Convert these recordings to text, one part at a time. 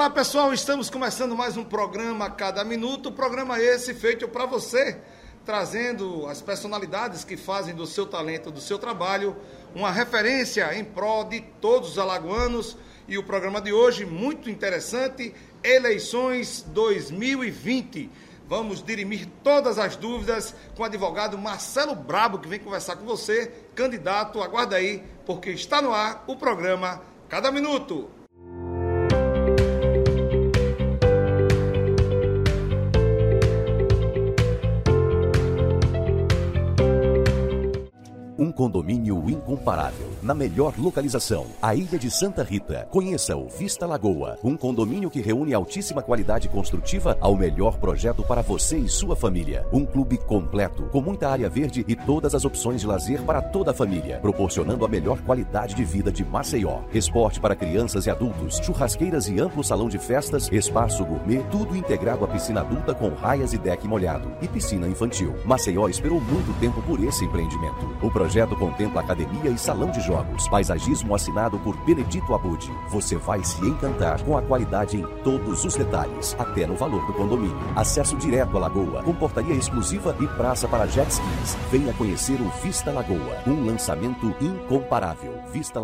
Olá pessoal, estamos começando mais um programa Cada Minuto, programa esse feito para você, trazendo as personalidades que fazem do seu talento, do seu trabalho, uma referência em prol de todos os alagoanos. E o programa de hoje, muito interessante, eleições 2020. Vamos dirimir todas as dúvidas com o advogado Marcelo Brabo, que vem conversar com você, candidato. Aguarda aí, porque está no ar o programa Cada Minuto. Um condomínio incomparável, na melhor localização, a Ilha de Santa Rita. Conheça o Vista Lagoa, um condomínio que reúne altíssima qualidade construtiva ao melhor projeto para você e sua família. Um clube completo, com muita área verde e todas as opções de lazer para toda a família, proporcionando a melhor qualidade de vida de Maceió. Esporte para crianças e adultos, churrasqueiras e amplo salão de festas, espaço gourmet, tudo integrado à piscina adulta com raias e deck molhado e piscina infantil. Maceió esperou muito tempo por esse empreendimento. O projeto contempla academia e salão de jogos, paisagismo assinado por Benedito Abud. Você vai se encantar com a qualidade em todos os detalhes, até no valor do condomínio. Acesso direto à lagoa, com portaria exclusiva e praça para jet skis. Venha conhecer o Vista Lagoa, um lançamento incomparável.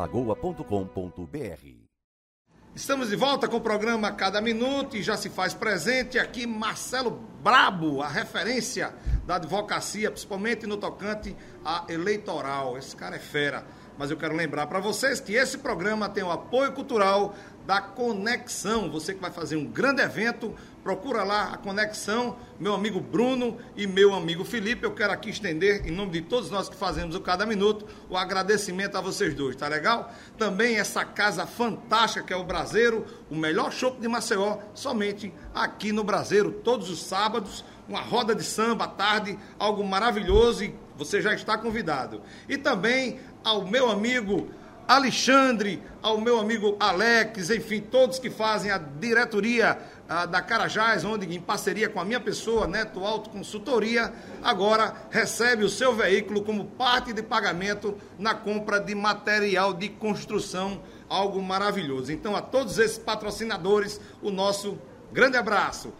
vistalagoa.com.br. Estamos de volta com o programa Cada Minuto e já se faz presente aqui Marcelo Brabo, a referência da advocacia, principalmente no tocante a eleitoral. Esse cara é fera. Mas eu quero lembrar para vocês que esse programa tem o apoio cultural da Conexão. Você que vai fazer um grande evento, procura lá a Conexão, meu amigo Bruno e meu amigo Felipe. Eu quero aqui estender, em nome de todos nós que fazemos o Cada Minuto, o agradecimento a vocês dois, tá legal? Também essa casa fantástica que é o Braseiro, o melhor chopp de Maceió, somente aqui no Braseiro, todos os sábados, uma roda de samba à tarde, algo maravilhoso e você já está convidado. E também ao meu amigo Alexandre, ao meu amigo Alex, enfim, todos que fazem a diretoria da Carajás, onde em parceria com a minha pessoa, Neto Auto Consultoria, agora recebe o seu veículo como parte de pagamento na compra de material de construção, algo maravilhoso. Então, a todos esses patrocinadores, o nosso grande abraço.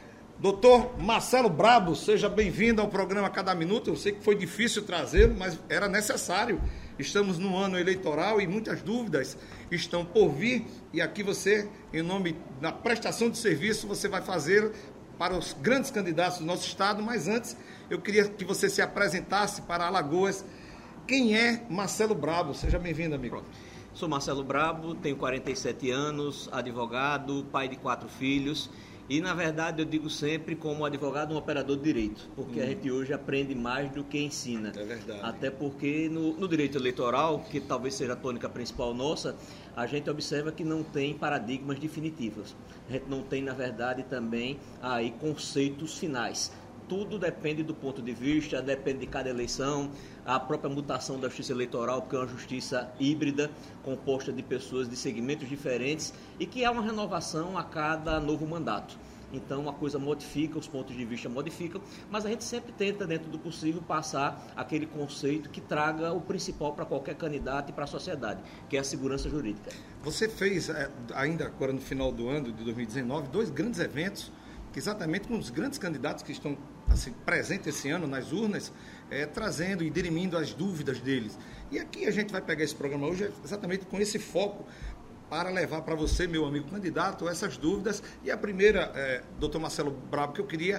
Doutor Marcelo Brabo, seja bem-vindo ao programa Cada Minuto. Eu sei que foi difícil trazê-lo, mas era necessário. Estamos no ano eleitoral e muitas dúvidas estão por vir. E aqui você, em nome da prestação de serviço, você vai fazer para os grandes candidatos do nosso estado. Mas antes, eu queria que você se apresentasse para Alagoas. Quem é Marcelo Brabo? Seja bem-vindo, amigo. Sou Marcelo Brabo, tenho 47 anos, advogado, pai de 4 filhos. E, na verdade, eu digo sempre como advogado, um operador de direito, porque a gente hoje aprende mais do que ensina. É verdade. Até porque no direito eleitoral, que talvez seja a tônica principal nossa, a gente observa que não tem paradigmas definitivos. A gente não tem, na verdade, também aí conceitos finais. Tudo depende do ponto de vista, depende de cada eleição, a própria mutação da justiça eleitoral, porque é uma justiça híbrida, composta de pessoas de segmentos diferentes e que há uma renovação a cada novo mandato. Então, a coisa modifica, os pontos de vista modificam, mas a gente sempre tenta, dentro do possível, passar aquele conceito que traga o principal para qualquer candidato e para a sociedade, que é a segurança jurídica. Você fez, ainda agora no final do ano de 2019, 2 grandes eventos, exatamente com os grandes candidatos que estão assim, presentes esse ano nas urnas, trazendo e dirimindo as dúvidas deles. E aqui a gente vai pegar esse programa hoje exatamente com esse foco para levar para você, meu amigo candidato, essas dúvidas. E a primeira, doutor Marcelo Brabo, que eu queria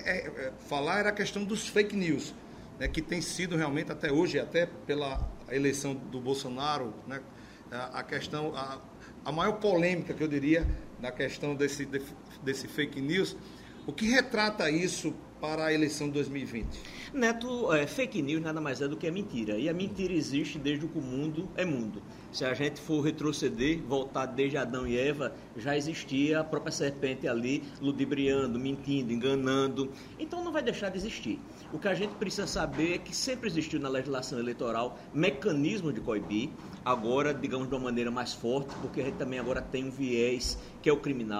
falar era a questão dos fake news, né, que tem sido realmente até hoje, até pela eleição do Bolsonaro, né, a questão, a maior polêmica que eu diria na questão desse fake news. O que retrata isso para a eleição de 2020? Neto, fake news nada mais é do que a mentira. E a mentira existe desde que o mundo é mundo. Se a gente for retroceder, voltar desde Adão e Eva, já existia a própria serpente ali, ludibriando, mentindo, enganando. Então não vai deixar de existir. O que a gente precisa saber é que sempre existiu na legislação eleitoral mecanismo de coibir, agora, digamos, de uma maneira mais forte, porque a gente também agora tem um viés que é o criminal.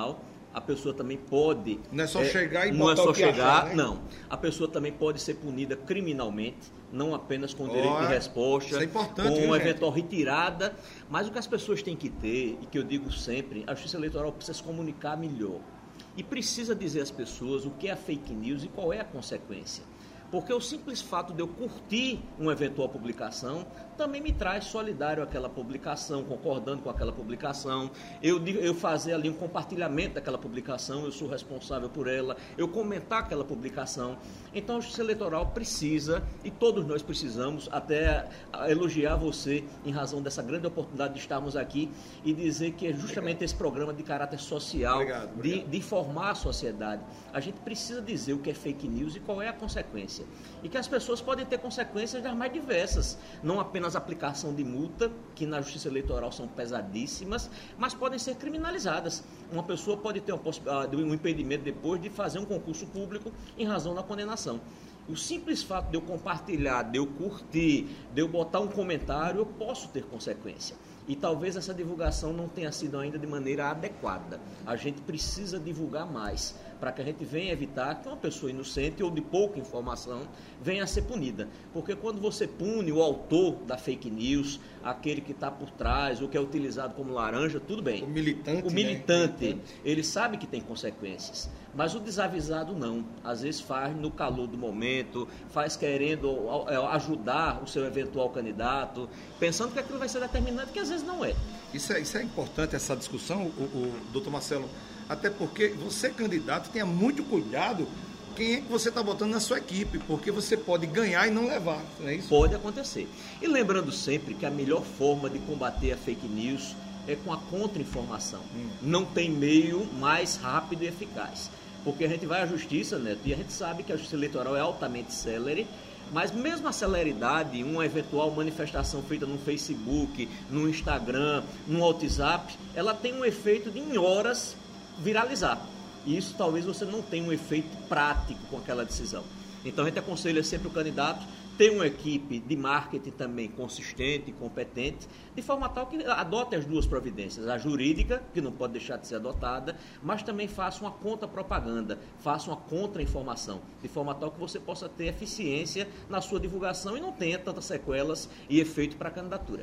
a pessoa também pode... Não é só chegar e não botar é só o que chegar, achar, né? não. A pessoa também pode ser punida criminalmente, não apenas com direito de resposta, isso é importante, com viu, eventual retirada, mas o que as pessoas têm que ter, e que eu digo sempre, a Justiça Eleitoral precisa se comunicar melhor. E precisa dizer às pessoas o que é a fake news e qual é a consequência. Porque o simples fato de eu curtir uma eventual publicação também me traz solidário àquela publicação, concordando com aquela publicação. Eu fazer ali um compartilhamento daquela publicação, eu sou responsável por ela, eu comentar aquela publicação. Então a Justiça Eleitoral precisa, e todos nós precisamos, até elogiar você em razão dessa grande oportunidade de estarmos aqui e dizer que é justamente esse programa de caráter social, de informar a sociedade. A gente precisa dizer o que é fake news e qual é a consequência. E que as pessoas podem ter consequências das mais diversas, não apenas a aplicação de multa, que na Justiça Eleitoral são pesadíssimas, mas podem ser criminalizadas. Uma pessoa pode ter um impedimento depois de fazer um concurso público em razão da condenação. O simples fato de eu compartilhar, de eu curtir, de eu botar um comentário, eu posso ter consequência. E talvez essa divulgação não tenha sido ainda de maneira adequada. A gente precisa divulgar mais, para que a gente venha evitar que uma pessoa inocente ou de pouca informação venha a ser punida. Porque quando você pune o autor da fake news, aquele que está por trás, ou que é utilizado como laranja, tudo bem. O militante, o militante, né? Ele sabe que tem consequências. Mas o desavisado não. Às vezes faz no calor do momento, faz querendo ajudar o seu eventual candidato, pensando que aquilo vai ser determinante, que às vezes não é. Isso é importante, essa discussão, o doutor Marcelo, até porque você, candidato, tenha muito cuidado quem é que você está botando na sua equipe, porque você pode ganhar e não levar, não é isso? Pode acontecer. E lembrando sempre que a melhor forma de combater a fake news é com a contra-informação. Não tem meio mais rápido e eficaz. Porque a gente vai à justiça, Neto, e a gente sabe que a justiça eleitoral é altamente célere, mas mesmo a celeridade, uma eventual manifestação feita no Facebook, no Instagram, no WhatsApp, ela tem um efeito de em horas viralizar. E isso talvez você não tenha um efeito prático com aquela decisão. Então a gente aconselha sempre o candidato ter uma equipe de marketing também consistente e competente, de forma tal que adote as duas providências, a jurídica, que não pode deixar de ser adotada, mas também faça uma contra-propaganda, faça uma contra-informação, de forma tal que você possa ter eficiência na sua divulgação e não tenha tantas sequelas e efeito para a candidatura.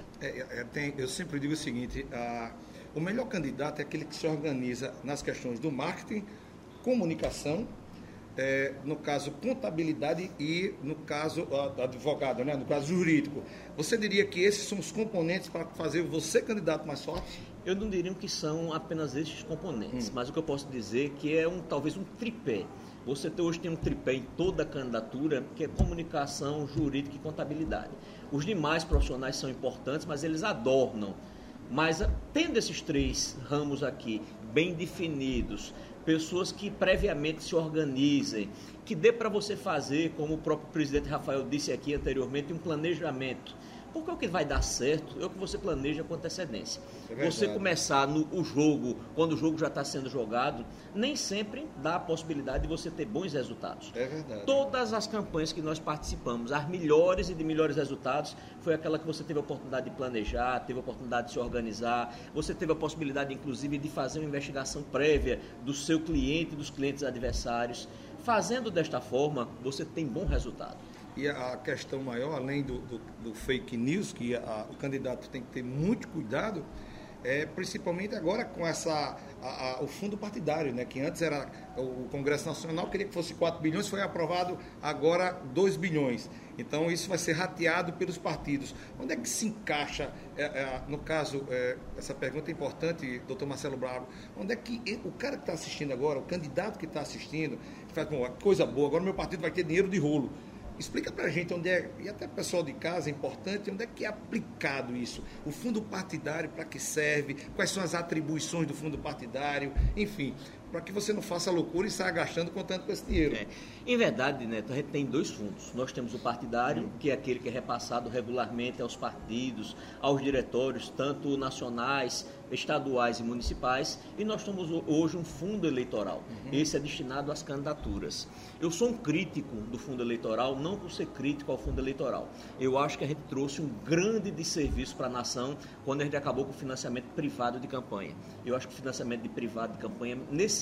Eu sempre digo o seguinte, o melhor candidato é aquele que se organiza nas questões do marketing, comunicação, no caso contabilidade e no caso advogado, né? No caso jurídico. Você diria que esses são os componentes para fazer você candidato mais forte? Eu não diria que são apenas esses componentes, mas o que eu posso dizer é que é talvez um tripé. Você hoje tem um tripé em toda a candidatura, que é comunicação, jurídica e contabilidade. Os demais profissionais são importantes, mas eles adornam. Mas tendo esses três ramos aqui bem definidos, pessoas que previamente se organizem, que dê para você fazer, como o próprio presidente Rafael disse aqui anteriormente, um planejamento. Porque o que vai dar certo é o que você planeja com antecedência. Você começar o jogo, quando o jogo já está sendo jogado, nem sempre dá a possibilidade de você ter bons resultados. É verdade. Todas as campanhas que nós participamos, as melhores e de melhores resultados, foi aquela que você teve a oportunidade de planejar, teve a oportunidade de se organizar, você teve a possibilidade, inclusive, de fazer uma investigação prévia do seu cliente e dos clientes adversários. Fazendo desta forma, você tem bom resultado. E a questão maior, além do fake news, que o candidato tem que ter muito cuidado, principalmente agora com o fundo partidário, né? Que antes era o Congresso Nacional, queria que fosse 4 bilhões, foi aprovado agora 2 bilhões. Então isso vai ser rateado pelos partidos. Onde é que se encaixa, no caso, essa pergunta é importante, doutor Marcelo Bravo, onde é que o cara que está assistindo agora, o candidato que está assistindo, faz, coisa boa, agora meu partido vai ter dinheiro de rolo. Explica para a gente onde e até o pessoal de casa, é importante, onde é que é aplicado isso? O fundo partidário, para que serve? Quais são as atribuições do fundo partidário? Enfim, para que você não faça loucura e saia gastando contando com esse dinheiro. Em verdade, Neto, a gente tem dois fundos. Nós temos o partidário, que é aquele que é repassado regularmente aos partidos, aos diretórios, tanto nacionais, estaduais e municipais, e nós temos hoje um fundo eleitoral. Esse é destinado às candidaturas. Eu sou um crítico do fundo eleitoral, não por ser crítico ao fundo eleitoral. Eu acho que a gente trouxe um grande desserviço para a nação quando a gente acabou com o financiamento privado de campanha. Eu acho que o financiamento de privado de campanha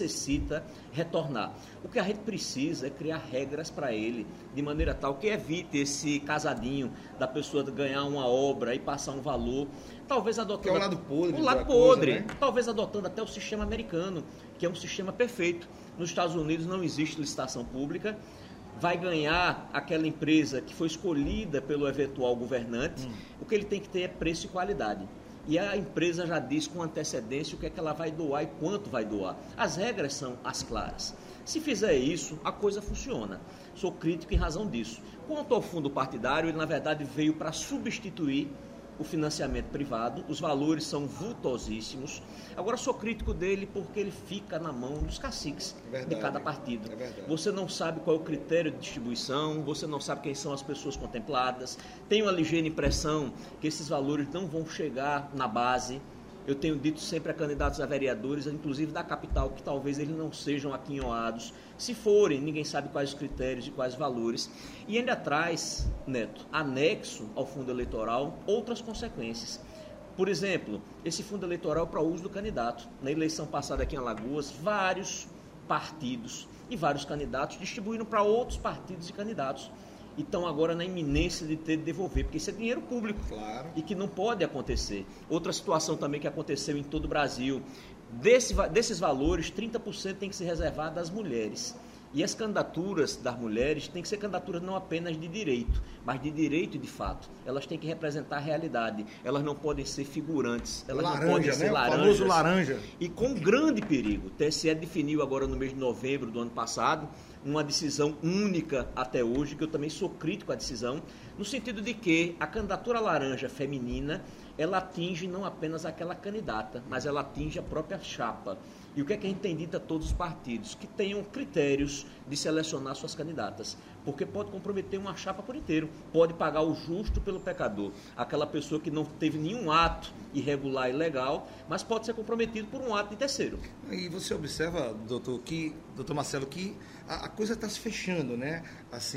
necessita retornar. O que a gente precisa é criar regras para ele, de maneira tal que evite esse casadinho da pessoa ganhar uma obra e passar um valor, talvez adotando... Que é o lado podre. O lado podre, né? Talvez adotando até o sistema americano, que é um sistema perfeito. Nos Estados Unidos não existe licitação pública, vai ganhar aquela empresa que foi escolhida pelo eventual governante, o que ele tem que ter é preço e qualidade. E a empresa já diz com antecedência o que é que ela vai doar e quanto vai doar. As regras são as claras. Se fizer isso, a coisa funciona. Sou crítico em razão disso. Quanto ao fundo partidário, ele na verdade veio para substituir o financiamento privado, os valores são vultosíssimos. Agora, sou crítico dele porque ele fica na mão dos caciques de cada partido. Você não sabe qual é o critério de distribuição, você não sabe quem são as pessoas contempladas. Tenho a ligeira impressão que esses valores não vão chegar na base. Eu tenho dito sempre a candidatos a vereadores, inclusive da capital, que talvez eles não sejam aquinhoados. Se forem, ninguém sabe quais os critérios e quais valores. E ainda traz, Neto, anexo ao fundo eleitoral, outras consequências. Por exemplo, esse fundo eleitoral é para uso do candidato. Na eleição passada aqui em Alagoas, vários partidos e vários candidatos distribuíram para outros partidos e candidatos. E estão agora na iminência de ter de devolver, porque isso é dinheiro público. Claro. E que não pode acontecer. Outra situação também que aconteceu em todo o Brasil, desses valores, 30% tem que ser reservado às mulheres. E as candidaturas das mulheres têm que ser candidaturas não apenas de direito, mas de direito de fato. Elas têm que representar a realidade. Elas não podem ser figurantes. Elas não podem ser laranjas. O famoso laranja. E com grande perigo. O TSE definiu agora no mês de novembro do ano passado uma decisão única até hoje, que eu também sou crítico à decisão, no sentido de que a candidatura laranja feminina, ela atinge não apenas aquela candidata, mas ela atinge a própria chapa. E o que é que a gente tem dito a todos os partidos? Que tenham critérios de selecionar suas candidatas, porque pode comprometer uma chapa por inteiro, pode pagar o justo pelo pecador, aquela pessoa que não teve nenhum ato irregular e ilegal, mas pode ser comprometido por um ato de terceiro. E você observa, doutor Marcelo, que a coisa está se fechando, né? Assim,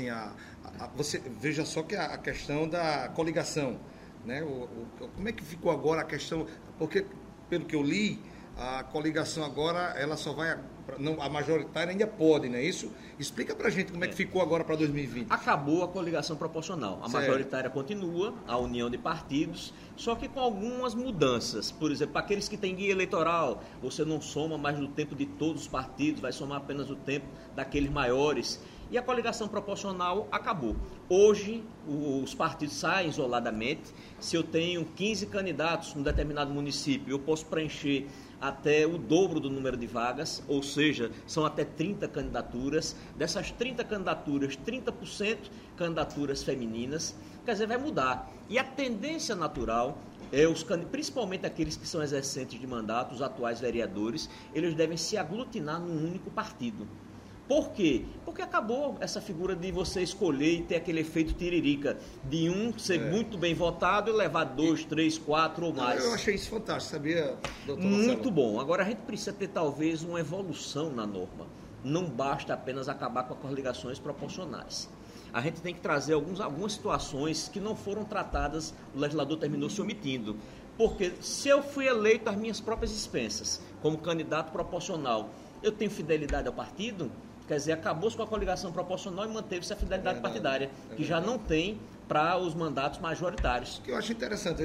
você veja só que a questão da coligação, né? Como é que ficou agora a questão? Porque, pelo que eu li, a coligação agora, ela só vai... Não, a majoritária ainda pode, não é isso? Explica pra gente como é que ficou agora para 2020. Acabou a coligação proporcional. A majoritária continua, a união de partidos, só que com algumas mudanças. Por exemplo, para aqueles que têm guia eleitoral, você não soma mais o tempo de todos os partidos, vai somar apenas o tempo daqueles maiores. E a coligação proporcional acabou. Hoje, os partidos saem isoladamente. Se eu tenho 15 candidatos num determinado município, eu posso preencher até o dobro do número de vagas, ou seja, são até 30 candidaturas. Dessas 30 candidaturas, 30% candidaturas femininas. Quer dizer, vai mudar. E a tendência natural é principalmente aqueles que são exercentes de mandato, os atuais vereadores, eles devem se aglutinar num único partido. Por quê? Porque acabou essa figura de você escolher e ter aquele efeito tiririca, de um ser muito bem votado e levar 2, 3, 4 ou mais. Eu achei isso fantástico, sabia, doutor Marcelo? Muito Marcelo? Bom. Agora a gente precisa ter talvez uma evolução na norma. Não basta apenas acabar com as coligações proporcionais. A gente tem que trazer algumas situações que não foram tratadas, o legislador terminou se omitindo. Porque se eu fui eleito às minhas próprias expensas, como candidato proporcional, eu tenho fidelidade ao partido? Quer dizer, acabou-se com a coligação proporcional e manteve-se a fidelidade partidária, que já não tem para os mandatos majoritários. O que eu acho interessante,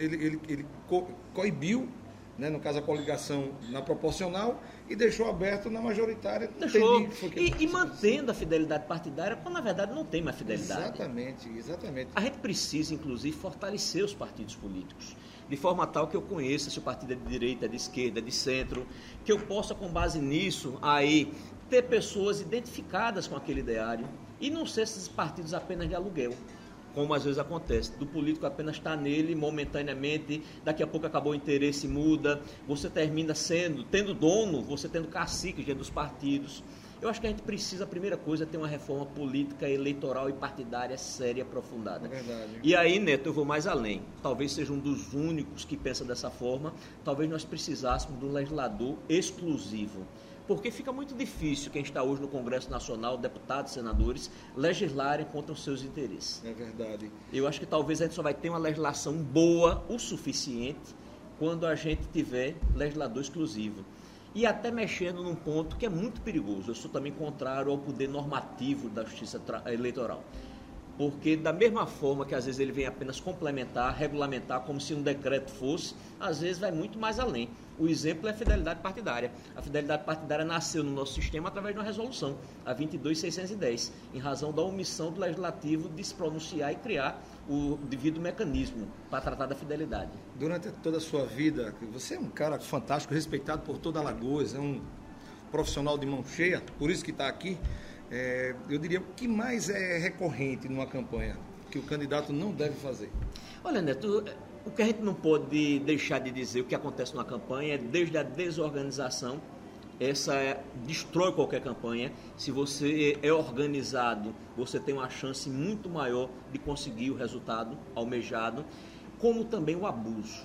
ele coibiu, né, no caso a coligação na proporcional, e deixou aberto na majoritária. Deixou. E mantendo a fidelidade partidária, quando na verdade não tem mais fidelidade. Exatamente. A gente precisa, inclusive, fortalecer os partidos políticos, de forma tal que eu conheça se o partido é de direita, é de esquerda, é de centro, que eu possa, com base nisso, aí ter pessoas identificadas com aquele ideário e não ser esses partidos apenas de aluguel, como às vezes acontece, do político apenas estar nele momentaneamente, daqui a pouco acabou o interesse, muda, você termina tendo dono, você tendo cacique dentro dos partidos. Eu acho que a gente precisa, a primeira coisa, ter uma reforma política, eleitoral e partidária séria e aprofundada. É verdade. E aí, Neto, eu vou mais além. Talvez seja um dos únicos que pensa dessa forma. Talvez nós precisássemos de um legislador exclusivo. Porque fica muito difícil quem está hoje no Congresso Nacional, deputados, senadores, legislarem contra os seus interesses. É verdade. Eu acho que talvez a gente só vai ter uma legislação boa o suficiente quando a gente tiver legislador exclusivo. e até mexendo num ponto que é muito perigoso. Eu sou também contrário ao poder normativo da justiça eleitoral. Porque da mesma forma que às vezes ele vem apenas complementar, regulamentar, como se um decreto fosse, às vezes vai muito mais além. O exemplo é a fidelidade partidária. A fidelidade partidária nasceu no nosso sistema através de uma resolução, a 22.610, em razão da omissão do Legislativo de se pronunciar e criar o devido mecanismo para tratar da fidelidade. Durante toda a sua vida, você é um cara fantástico, respeitado por toda Alagoas, é um profissional de mão cheia, por isso que está aqui. Eu diria, o que mais é recorrente numa campanha que o candidato não deve fazer? Olha, Neto, o que a gente não pode deixar de dizer, o que acontece numa campanha é desde a desorganização. Essa destrói qualquer campanha. Se você é organizado, você tem uma chance muito maior de conseguir o resultado almejado, como também o abuso.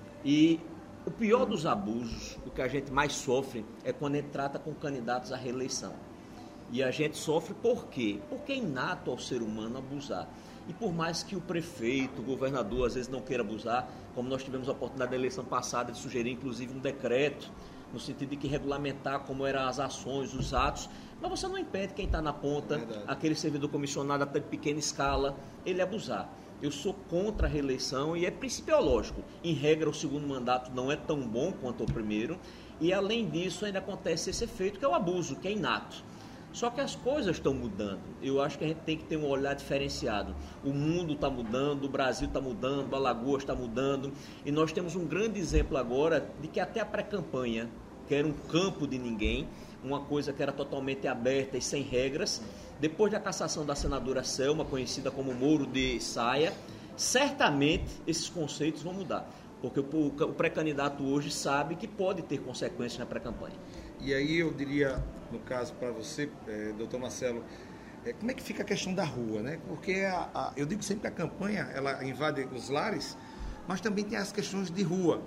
E o pior dos abusos, o que a gente mais sofre, é quando a gente trata com candidatos à reeleição. E a gente sofre por quê? Porque é inato ao ser humano abusar. E por mais que o prefeito, o governador, às vezes não queira abusar, como nós tivemos a oportunidade da eleição passada de sugerir, inclusive, um decreto, no sentido de que regulamentar como eram as ações, os atos, mas você não impede quem está na ponta, aquele servidor comissionado até de pequena escala, ele abusar. Eu sou contra a reeleição e é principiológico. Em regra, o segundo mandato não é tão bom quanto o primeiro, e além disso ainda acontece esse efeito que é o abuso, que é inato. Só que as coisas estão mudando. Eu acho que a gente tem que ter um olhar diferenciado. O mundo está mudando, o Brasil está mudando, Alagoas está mudando. E nós temos um grande exemplo agora de que até a pré-campanha, que era um campo de ninguém, uma coisa que era totalmente aberta e sem regras, depois da cassação da senadora Selma, conhecida como Moro de Saia, certamente esses conceitos vão mudar. Porque o pré-candidato hoje sabe que pode ter consequências na pré-campanha. E aí eu diria, no caso para você, doutor Marcelo, como é que fica a questão da rua, né? Porque eu digo sempre que a campanha, ela invade os lares, mas também tem as questões de rua.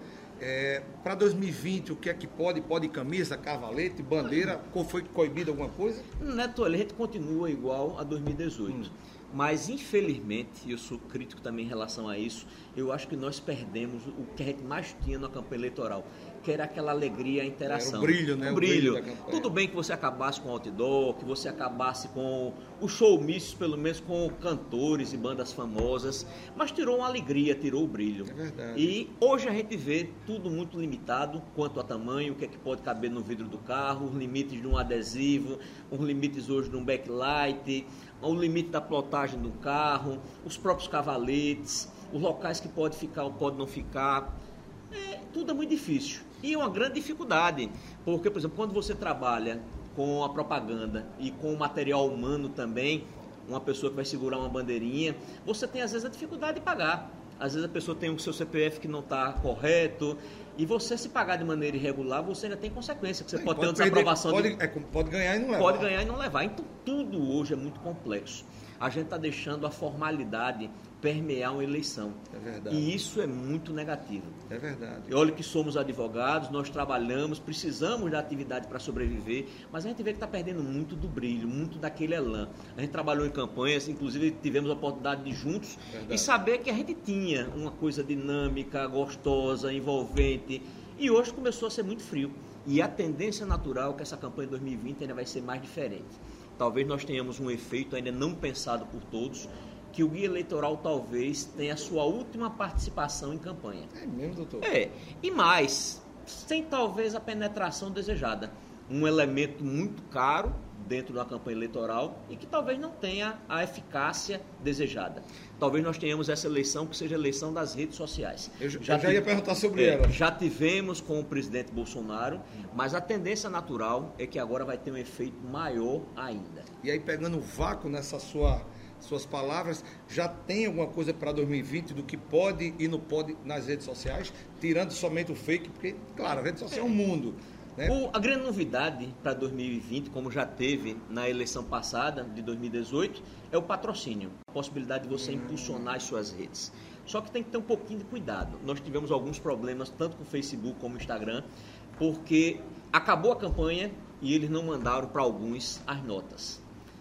Para 2020, o que é que pode? Pode camisa, cavalete, bandeira, foi coibida alguma coisa? Neto, a gente continua igual a 2018. Mas, infelizmente, eu sou crítico também em relação a isso, eu acho que nós perdemos o que a gente mais tinha na campanha eleitoral, que era aquela alegria, a interação. Era o brilho, né? O brilho da campanha. Tudo bem que você acabasse com o outdoor, que você acabasse com o showmício, pelo menos com cantores e bandas famosas, mas tirou uma alegria, tirou o brilho. É verdade. E hoje a gente vê tudo muito limitado quanto a tamanho, o que é que pode caber no vidro do carro, os limites de um adesivo, os limites hoje de um backlight, o limite da plotagem do carro, os próprios cavaletes, os locais que pode ficar ou pode não ficar. Tudo é muito difícil. E uma grande dificuldade, porque, por exemplo, quando você trabalha com a propaganda e com o material humano também, uma pessoa que vai segurar uma bandeirinha, você tem às vezes a dificuldade de pagar. Às vezes a pessoa tem o seu CPF que não está correto, e você se pagar de maneira irregular, você ainda tem consequência, que você pode ter uma desaprovação. Pode ganhar e não levar. Pode ganhar e não levar. Então tudo hoje é muito complexo. A gente está deixando a formalidade permear uma eleição. É verdade. E isso é muito negativo. É verdade. E olha que somos advogados, nós trabalhamos, precisamos da atividade para sobreviver, mas a gente vê que está perdendo muito do brilho, muito daquele elan. A gente trabalhou em campanhas, inclusive tivemos a oportunidade de juntos e saber que a gente tinha uma coisa dinâmica, gostosa, envolvente, e hoje começou a ser muito frio. E a tendência natural é que essa campanha de 2020 ainda vai ser mais diferente. Talvez nós tenhamos um efeito ainda não pensado por todos, que o guia eleitoral talvez tenha a sua última participação em campanha. É mesmo, doutor? E mais, sem talvez a penetração desejada. Um elemento muito caro dentro da campanha eleitoral e que talvez não tenha a eficácia desejada. Talvez nós tenhamos essa eleição que seja a eleição das redes sociais. Eu já ia perguntar sobre ela. Já tivemos com o presidente Bolsonaro, mas a tendência natural é que agora vai ter um efeito maior ainda. E aí, pegando o vácuo nessa suas palavras, já tem alguma coisa para 2020 do que pode e não pode nas redes sociais, tirando somente o fake, porque, claro, a rede social é um mundo. Né? A grande novidade para 2020, como já teve na eleição passada, de 2018, é o patrocínio. A possibilidade de você impulsionar as suas redes. Só que tem que ter um pouquinho de cuidado. Nós tivemos alguns problemas, tanto com o Facebook como o Instagram, porque acabou a campanha e eles não mandaram para alguns as notas.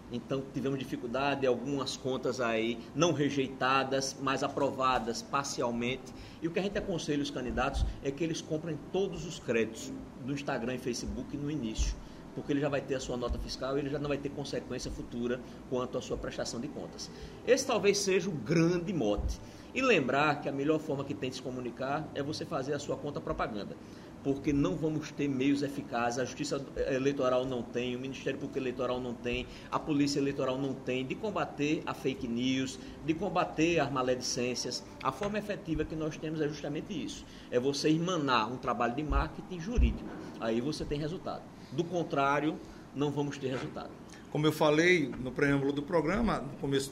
Então tivemos dificuldade, algumas contas aí não rejeitadas, mas aprovadas parcialmente. E o que a gente aconselha os candidatos é que eles comprem todos os créditos do Instagram e Facebook no início, porque ele já vai ter a sua nota fiscal e ele já não vai ter consequência futura quanto à sua prestação de contas. Esse talvez seja o grande mote. E lembrar que a melhor forma que tem de se comunicar é você fazer a sua conta propaganda, porque não vamos ter meios eficazes, a Justiça Eleitoral não tem, o Ministério Público Eleitoral não tem, a Polícia Eleitoral não tem, de combater a fake news, de combater as maledicências. A forma efetiva que nós temos é justamente isso, é você irmanar um trabalho de marketing jurídico, aí você tem resultado. Do contrário, não vamos ter resultado. Como eu falei no preâmbulo do programa,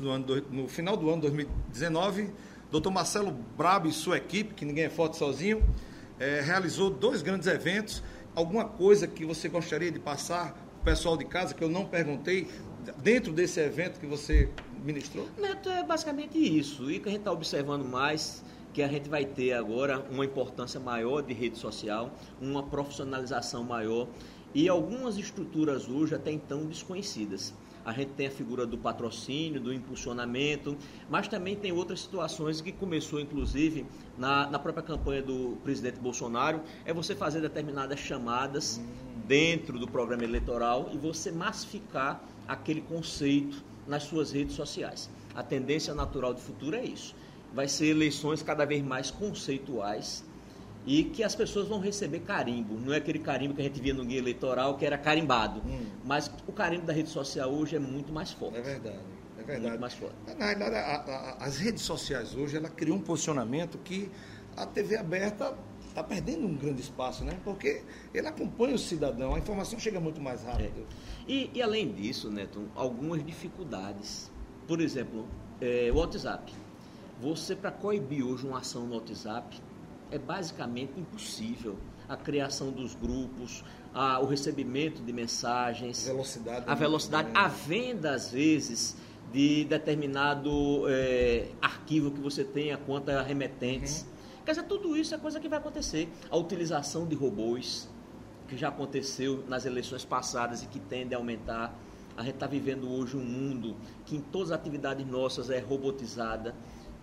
no final do ano 2019, Dr. Marcelo Brabo e sua equipe, que ninguém é forte sozinho, realizou 2 grandes eventos. Alguma coisa que você gostaria de passar para o pessoal de casa, que eu não perguntei, dentro desse evento que você ministrou? Neto, é basicamente isso. E que a gente está observando mais, que a gente vai ter agora uma importância maior de rede social, uma profissionalização maior e algumas estruturas hoje até então desconhecidas. A gente tem a figura do patrocínio, do impulsionamento, mas também tem outras situações que começou, inclusive, na própria campanha do presidente Bolsonaro, é você fazer determinadas chamadas dentro do programa eleitoral e você massificar aquele conceito nas suas redes sociais. A tendência natural do futuro é isso. Vai ser eleições cada vez mais conceituais e que as pessoas vão receber carimbo. Não é aquele carimbo que a gente via no guia eleitoral, que era carimbado. Mas o carimbo da rede social hoje é muito mais forte. É verdade. Muito mais forte. Na realidade, as redes sociais hoje, ela criou um posicionamento que a TV aberta está perdendo um grande espaço, né? Porque ele acompanha o cidadão, a informação chega muito mais rápido. E além disso, Neto, algumas dificuldades. Por exemplo, o WhatsApp. Você, para coibir hoje uma ação no WhatsApp, é basicamente impossível. A criação dos grupos, o recebimento de mensagens, a velocidade, a venda, às vezes, de determinado arquivo que você tenha quanto a remetentes. Quer dizer, tudo isso é coisa que vai acontecer. A utilização de robôs, que já aconteceu nas eleições passadas e que tende a aumentar. A gente está vivendo hoje um mundo que em todas as atividades nossas é robotizada.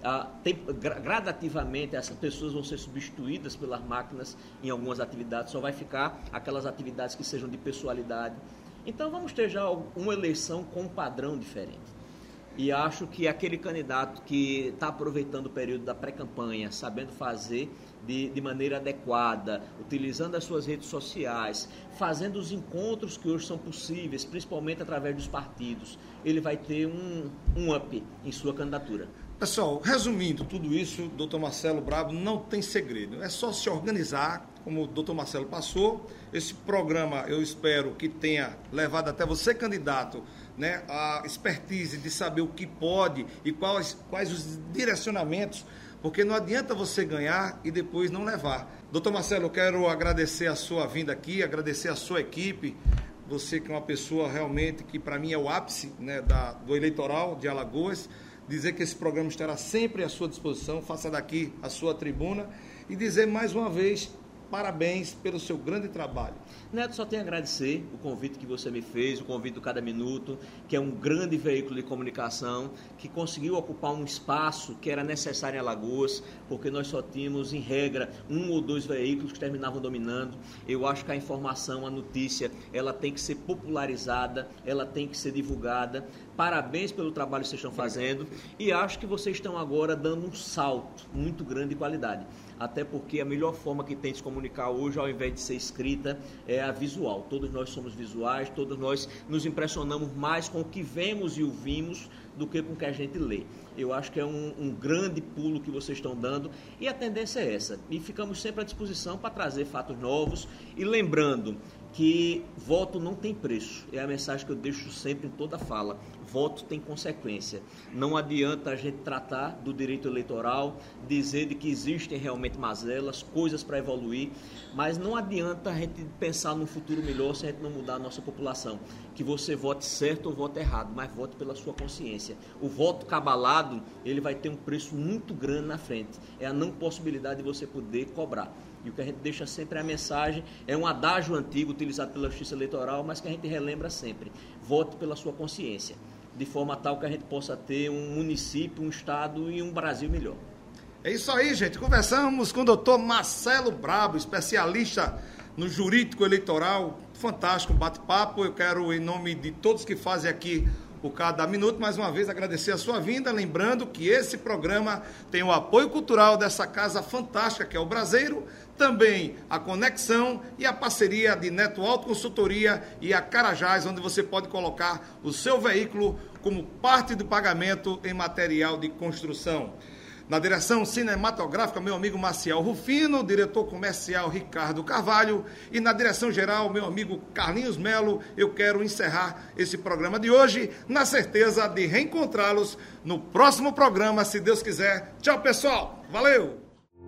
Gradativamente essas pessoas vão ser substituídas pelas máquinas em algumas atividades, só vai ficar aquelas atividades que sejam de pessoalidade. Então vamos ter já uma eleição com um padrão diferente. E acho que aquele candidato que está aproveitando o período da pré-campanha, sabendo fazer de maneira adequada, utilizando as suas redes sociais, fazendo os encontros que hoje são possíveis, principalmente através dos partidos, ele vai ter um up em sua candidatura. Pessoal, resumindo tudo isso, Dr. Marcelo Brabo, não tem segredo. É só se organizar, como o Dr. Marcelo passou. Esse programa, eu espero que tenha levado até você, candidato, né, a expertise de saber o que pode e quais os direcionamentos, porque não adianta você ganhar e depois não levar. Dr. Marcelo, eu quero agradecer a sua vinda aqui, agradecer a sua equipe. Você que é uma pessoa realmente que, para mim, é o ápice, né, do eleitoral de Alagoas. Dizer que esse programa estará sempre à sua disposição, faça daqui a sua tribuna e dizer mais uma vez, parabéns pelo seu grande trabalho. Neto, só tenho a agradecer o convite que você me fez, o convite do Cada Minuto, que é um grande veículo de comunicação, que conseguiu ocupar um espaço que era necessário em Alagoas, porque nós só tínhamos, em regra, 1 ou 2 veículos que terminavam dominando. Eu acho que a informação, a notícia, ela tem que ser popularizada, ela tem que ser divulgada. Parabéns pelo trabalho que vocês estão fazendo e acho que vocês estão agora dando um salto muito grande de qualidade. Até porque a melhor forma que tem de se comunicar hoje, ao invés de ser escrita, é a visual. Todos nós somos visuais, todos nós nos impressionamos mais com o que vemos e ouvimos do que com o que a gente lê. Eu acho que é um grande pulo que vocês estão dando e a tendência é essa. E ficamos sempre à disposição para trazer fatos novos e lembrando que voto não tem preço. É a mensagem que eu deixo sempre em toda fala. Voto tem consequência. Não adianta a gente tratar do direito eleitoral, dizer de que existem realmente mazelas, coisas para evoluir, mas não adianta a gente pensar num futuro melhor se a gente não mudar a nossa população. Que você vote certo ou vote errado, mas vote pela sua consciência. O voto cabalado, ele vai ter um preço muito grande na frente. É a não possibilidade de você poder cobrar. E o que a gente deixa sempre é a mensagem, é um adágio antigo utilizado pela Justiça Eleitoral, mas que a gente relembra sempre. Vote pela sua consciência, de forma tal que a gente possa ter um município, um estado e um Brasil melhor. É isso aí, gente. Conversamos com o doutor Marcelo Brabo, especialista no jurídico eleitoral. Fantástico bate-papo. Eu quero, em nome de todos que fazem aqui o Cada Minuto, mais uma vez agradecer a sua vinda, lembrando que esse programa tem o apoio cultural dessa casa fantástica que é o Braseiro, também a Conexão e a parceria de Neto Auto Consultoria e a Carajás, onde você pode colocar o seu veículo como parte do pagamento em material de construção. Na direção cinematográfica, meu amigo Maciel Rufino, diretor comercial Ricardo Carvalho, e na direção geral, meu amigo Carlinhos Melo. Eu quero encerrar esse programa de hoje na certeza de reencontrá-los no próximo programa, se Deus quiser. Tchau, pessoal. Valeu!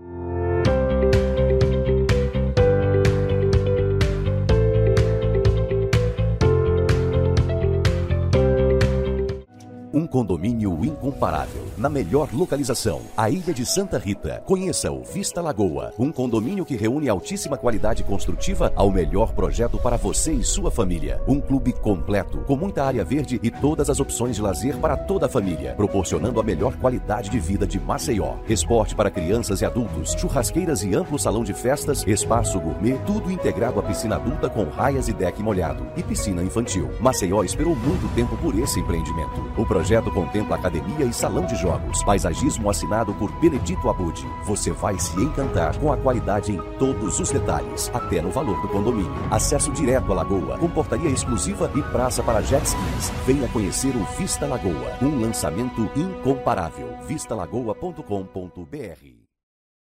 Um condomínio incomparável, na melhor localização, a Ilha de Santa Rita. Conheça o Vista Lagoa, um condomínio que reúne altíssima qualidade construtiva ao melhor projeto para você e sua família. Um clube completo, com muita área verde e todas as opções de lazer para toda a família, proporcionando a melhor qualidade de vida de Maceió. Esporte para crianças e adultos, churrasqueiras e amplo salão de festas, espaço gourmet, tudo integrado à piscina adulta com raias e deck molhado e piscina infantil. Maceió esperou muito tempo por esse empreendimento. O projeto contempla academia e salão de jogos, paisagismo assinado por Benedito Abud. Você vai se encantar com a qualidade em todos os detalhes, até no valor do condomínio. Acesso direto à lagoa, com portaria exclusiva e praça para jet skis. Venha conhecer o Vista Lagoa, um lançamento incomparável. vistalagoa.com.br